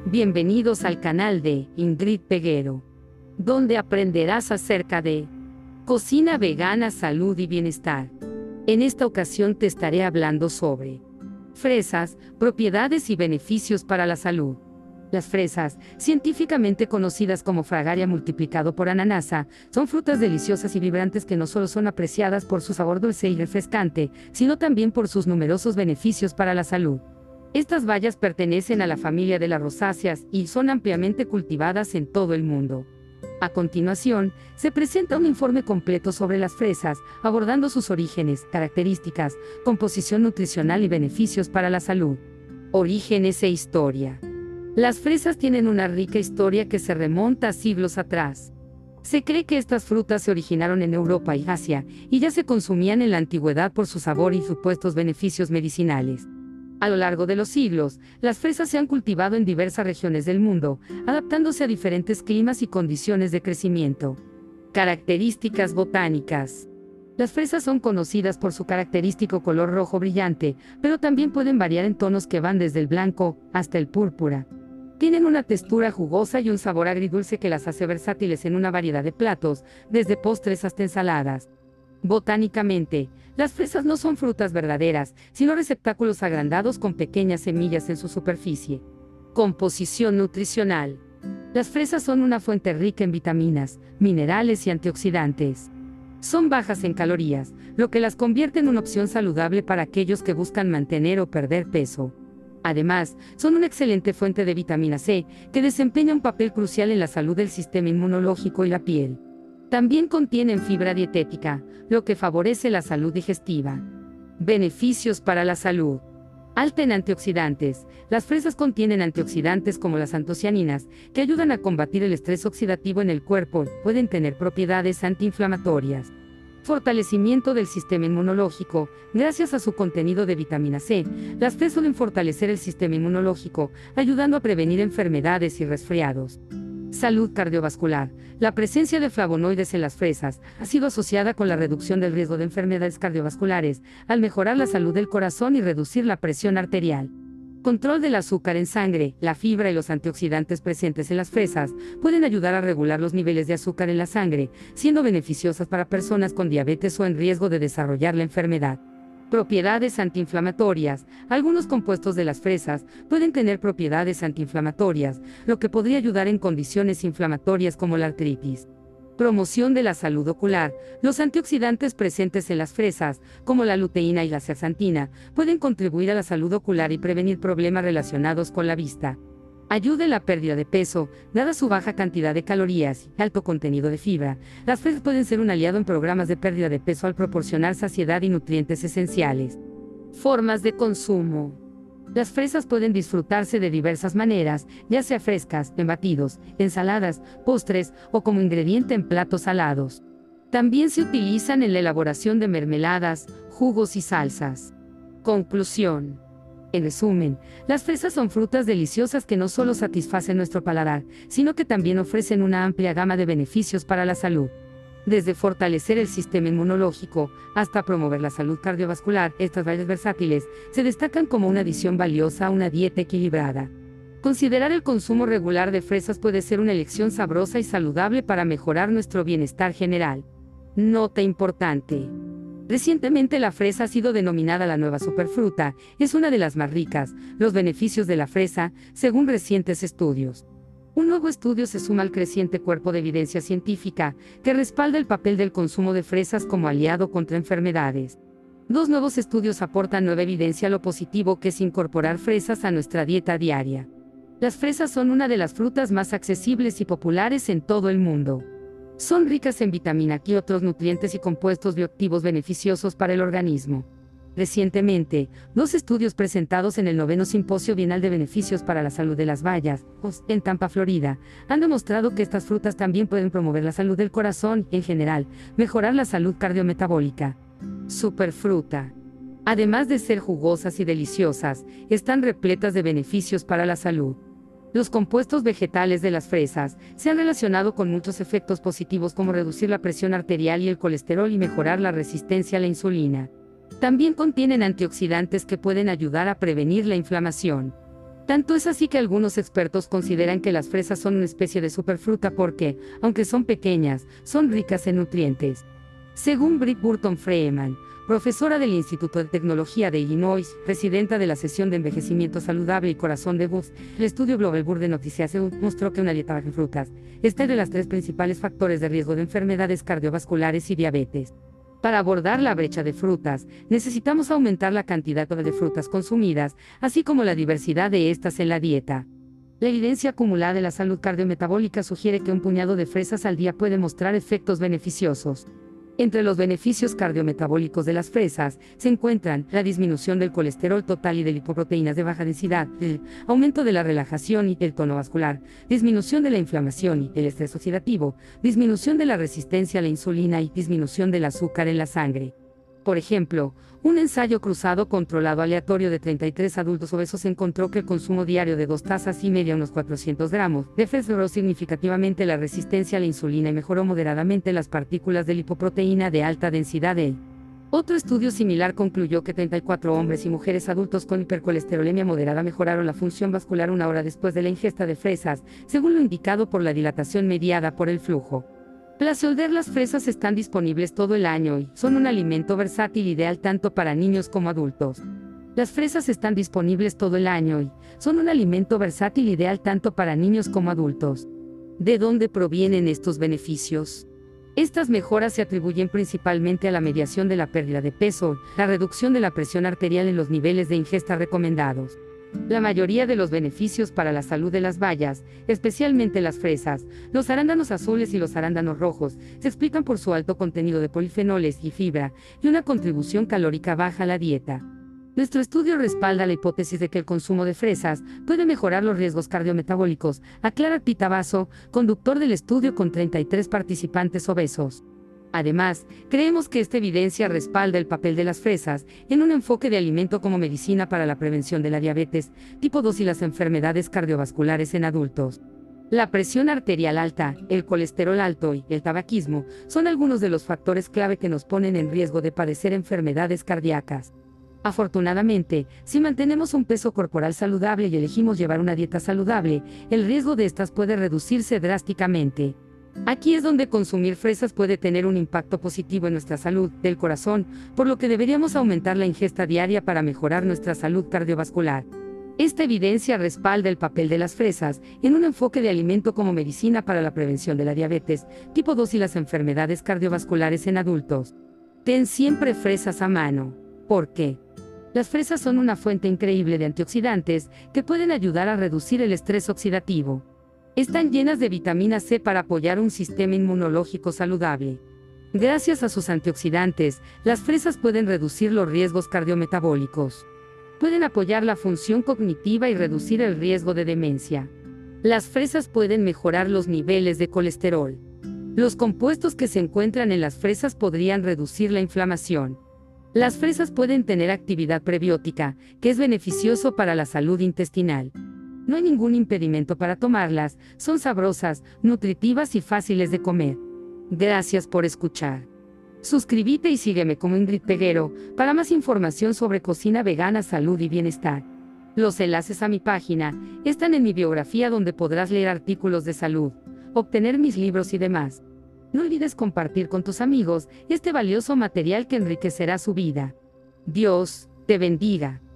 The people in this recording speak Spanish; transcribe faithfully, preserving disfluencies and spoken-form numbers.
Bienvenidos al canal de Ingrid Peguero, donde aprenderás acerca de cocina vegana, salud y bienestar. En esta ocasión te estaré hablando sobre fresas, propiedades y beneficios para la salud. Las fresas, científicamente conocidas como Fragaria multiplicado por ananasa, son frutas deliciosas y vibrantes que no solo son apreciadas por su sabor dulce y refrescante, sino también por sus numerosos beneficios para la salud. Estas bayas pertenecen a la familia de las rosáceas y son ampliamente cultivadas en todo el mundo. A continuación, se presenta un informe completo sobre las fresas, abordando sus orígenes, características, composición nutricional y beneficios para la salud. Orígenes e historia. Las fresas tienen una rica historia que se remonta a siglos atrás. Se cree que estas frutas se originaron en Europa y Asia, y ya se consumían en la antigüedad por su sabor y supuestos beneficios medicinales. A lo largo de los siglos, las fresas se han cultivado en diversas regiones del mundo, adaptándose a diferentes climas y condiciones de crecimiento. Características botánicas. Las fresas son conocidas por su característico color rojo brillante, pero también pueden variar en tonos que van desde el blanco hasta el púrpura. Tienen una textura jugosa y un sabor agridulce que las hace versátiles en una variedad de platos, desde postres hasta ensaladas. Botánicamente, las fresas no son frutas verdaderas, sino receptáculos agrandados con pequeñas semillas en su superficie. Composición nutricional. Las fresas son una fuente rica en vitaminas, minerales y antioxidantes. Son bajas en calorías, lo que las convierte en una opción saludable para aquellos que buscan mantener o perder peso. Además, son una excelente fuente de vitamina C, que desempeña un papel crucial en la salud del sistema inmunológico y la piel. También contienen fibra dietética, lo que favorece la salud digestiva. Beneficios para la salud. Alta en antioxidantes. Las fresas contienen antioxidantes como las antocianinas, que ayudan a combatir el estrés oxidativo en el cuerpo. Pueden tener propiedades antiinflamatorias. Fortalecimiento del sistema inmunológico. Gracias a su contenido de vitamina C, las fresas suelen fortalecer el sistema inmunológico, ayudando a prevenir enfermedades y resfriados. Salud cardiovascular. La presencia de flavonoides en las fresas ha sido asociada con la reducción del riesgo de enfermedades cardiovasculares, al mejorar la salud del corazón y reducir la presión arterial. Control del azúcar en sangre. La fibra y los antioxidantes presentes en las fresas pueden ayudar a regular los niveles de azúcar en la sangre, siendo beneficiosas para personas con diabetes o en riesgo de desarrollar la enfermedad. Propiedades antiinflamatorias. Algunos compuestos de las fresas pueden tener propiedades antiinflamatorias, lo que podría ayudar en condiciones inflamatorias como la artritis. Promoción de la salud ocular. Los antioxidantes presentes en las fresas, como la luteína y la zeaxantina, pueden contribuir a la salud ocular y prevenir problemas relacionados con la vista. Ayuda en la pérdida de peso. Dada su baja cantidad de calorías y alto contenido de fibra, las fresas pueden ser un aliado en programas de pérdida de peso al proporcionar saciedad y nutrientes esenciales. Formas de consumo. Las fresas pueden disfrutarse de diversas maneras, ya sea frescas, en batidos, ensaladas, postres o como ingrediente en platos salados. También se utilizan en la elaboración de mermeladas, jugos y salsas. Conclusión. En resumen, las fresas son frutas deliciosas que no solo satisfacen nuestro paladar, sino que también ofrecen una amplia gama de beneficios para la salud. Desde fortalecer el sistema inmunológico hasta promover la salud cardiovascular, estas bayas versátiles se destacan como una adición valiosa a una dieta equilibrada. Considerar el consumo regular de fresas puede ser una elección sabrosa y saludable para mejorar nuestro bienestar general. Nota importante. Recientemente la fresa ha sido denominada la nueva superfruta, es una de las más ricas. Los beneficios de la fresa, según recientes estudios. Un nuevo estudio se suma al creciente cuerpo de evidencia científica, que respalda el papel del consumo de fresas como aliado contra enfermedades. Dos nuevos estudios aportan nueva evidencia a lo positivo que es incorporar fresas a nuestra dieta diaria. Las fresas son una de las frutas más accesibles y populares en todo el mundo. Son ricas en vitamina K y otros nutrientes y compuestos bioactivos beneficiosos para el organismo. Recientemente, dos estudios presentados en el noveno Simposio Bienal de Beneficios para la Salud de las Bayas, en Tampa, Florida, han demostrado que estas frutas también pueden promover la salud del corazón y, en general, mejorar la salud cardiometabólica. Superfruta. Además de ser jugosas y deliciosas, están repletas de beneficios para la salud. Los compuestos vegetales de las fresas se han relacionado con muchos efectos positivos como reducir la presión arterial y el colesterol y mejorar la resistencia a la insulina. También contienen antioxidantes que pueden ayudar a prevenir la inflamación. Tanto es así que algunos expertos consideran que las fresas son una especie de superfruta porque, aunque son pequeñas, son ricas en nutrientes. Según Britt Burton Freeman, profesora del Instituto de Tecnología de Illinois, presidenta de la sesión de envejecimiento saludable y corazón de Booth, el estudio Global Burden of Disease mostró que una dieta baja en frutas está entre los tres principales factores de riesgo de enfermedades cardiovasculares y diabetes. Para abordar la brecha de frutas, necesitamos aumentar la cantidad de frutas consumidas, así como la diversidad de estas en la dieta. La evidencia acumulada de la salud cardiometabólica sugiere que un puñado de fresas al día puede mostrar efectos beneficiosos. Entre los beneficios cardiometabólicos de las fresas se encuentran la disminución del colesterol total y de lipoproteínas de baja densidad, el aumento de la relajación y el tono vascular, disminución de la inflamación y el estrés oxidativo, disminución de la resistencia a la insulina y disminución del azúcar en la sangre. Por ejemplo, un ensayo cruzado controlado aleatorio de treinta y tres adultos obesos encontró que el consumo diario de dos tazas y media, unos cuatrocientos gramos, de fresas mejoró significativamente la resistencia a la insulina y mejoró moderadamente las partículas de lipoproteína de alta densidad E. Otro estudio similar concluyó que treinta y cuatro hombres y mujeres adultos con hipercolesterolemia moderada mejoraron la función vascular una hora después de la ingesta de fresas, según lo indicado por la dilatación mediada por el flujo. Placeholder. Las fresas están disponibles todo el año y son un alimento versátil ideal tanto para niños como adultos. Las fresas están disponibles todo el año y son un alimento versátil ideal tanto para niños como adultos. ¿De dónde provienen estos beneficios? Estas mejoras se atribuyen principalmente a la mediación de la pérdida de peso, la reducción de la presión arterial en los niveles de ingesta recomendados. La mayoría de los beneficios para la salud de las bayas, especialmente las fresas, los arándanos azules y los arándanos rojos, se explican por su alto contenido de polifenoles y fibra, y una contribución calórica baja a la dieta. Nuestro estudio respalda la hipótesis de que el consumo de fresas puede mejorar los riesgos cardiometabólicos, aclara Pita Basso, conductor del estudio con treinta y tres participantes obesos. Además, creemos que esta evidencia respalda el papel de las fresas en un enfoque de alimento como medicina para la prevención de la diabetes tipo dos y las enfermedades cardiovasculares en adultos. La presión arterial alta, el colesterol alto y el tabaquismo son algunos de los factores clave que nos ponen en riesgo de padecer enfermedades cardíacas. Afortunadamente, si mantenemos un peso corporal saludable y elegimos llevar una dieta saludable, el riesgo de estas puede reducirse drásticamente. Aquí es donde consumir fresas puede tener un impacto positivo en nuestra salud del corazón, por lo que deberíamos aumentar la ingesta diaria para mejorar nuestra salud cardiovascular. Esta evidencia respalda el papel de las fresas en un enfoque de alimento como medicina para la prevención de la diabetes tipo dos y las enfermedades cardiovasculares en adultos. Ten siempre fresas a mano. ¿Por qué? Las fresas son una fuente increíble de antioxidantes que pueden ayudar a reducir el estrés oxidativo. Están llenas de vitamina C para apoyar un sistema inmunológico saludable. Gracias a sus antioxidantes, las fresas pueden reducir los riesgos cardiometabólicos. Pueden apoyar la función cognitiva y reducir el riesgo de demencia. Las fresas pueden mejorar los niveles de colesterol. Los compuestos que se encuentran en las fresas podrían reducir la inflamación. Las fresas pueden tener actividad prebiótica, que es beneficioso para la salud intestinal. No hay ningún impedimento para tomarlas, son sabrosas, nutritivas y fáciles de comer. Gracias por escuchar. Suscríbete y sígueme como Ingrid Peguero para más información sobre cocina vegana, salud y bienestar. Los enlaces a mi página están en mi biografía donde podrás leer artículos de salud, obtener mis libros y demás. No olvides compartir con tus amigos este valioso material que enriquecerá su vida. Dios te bendiga.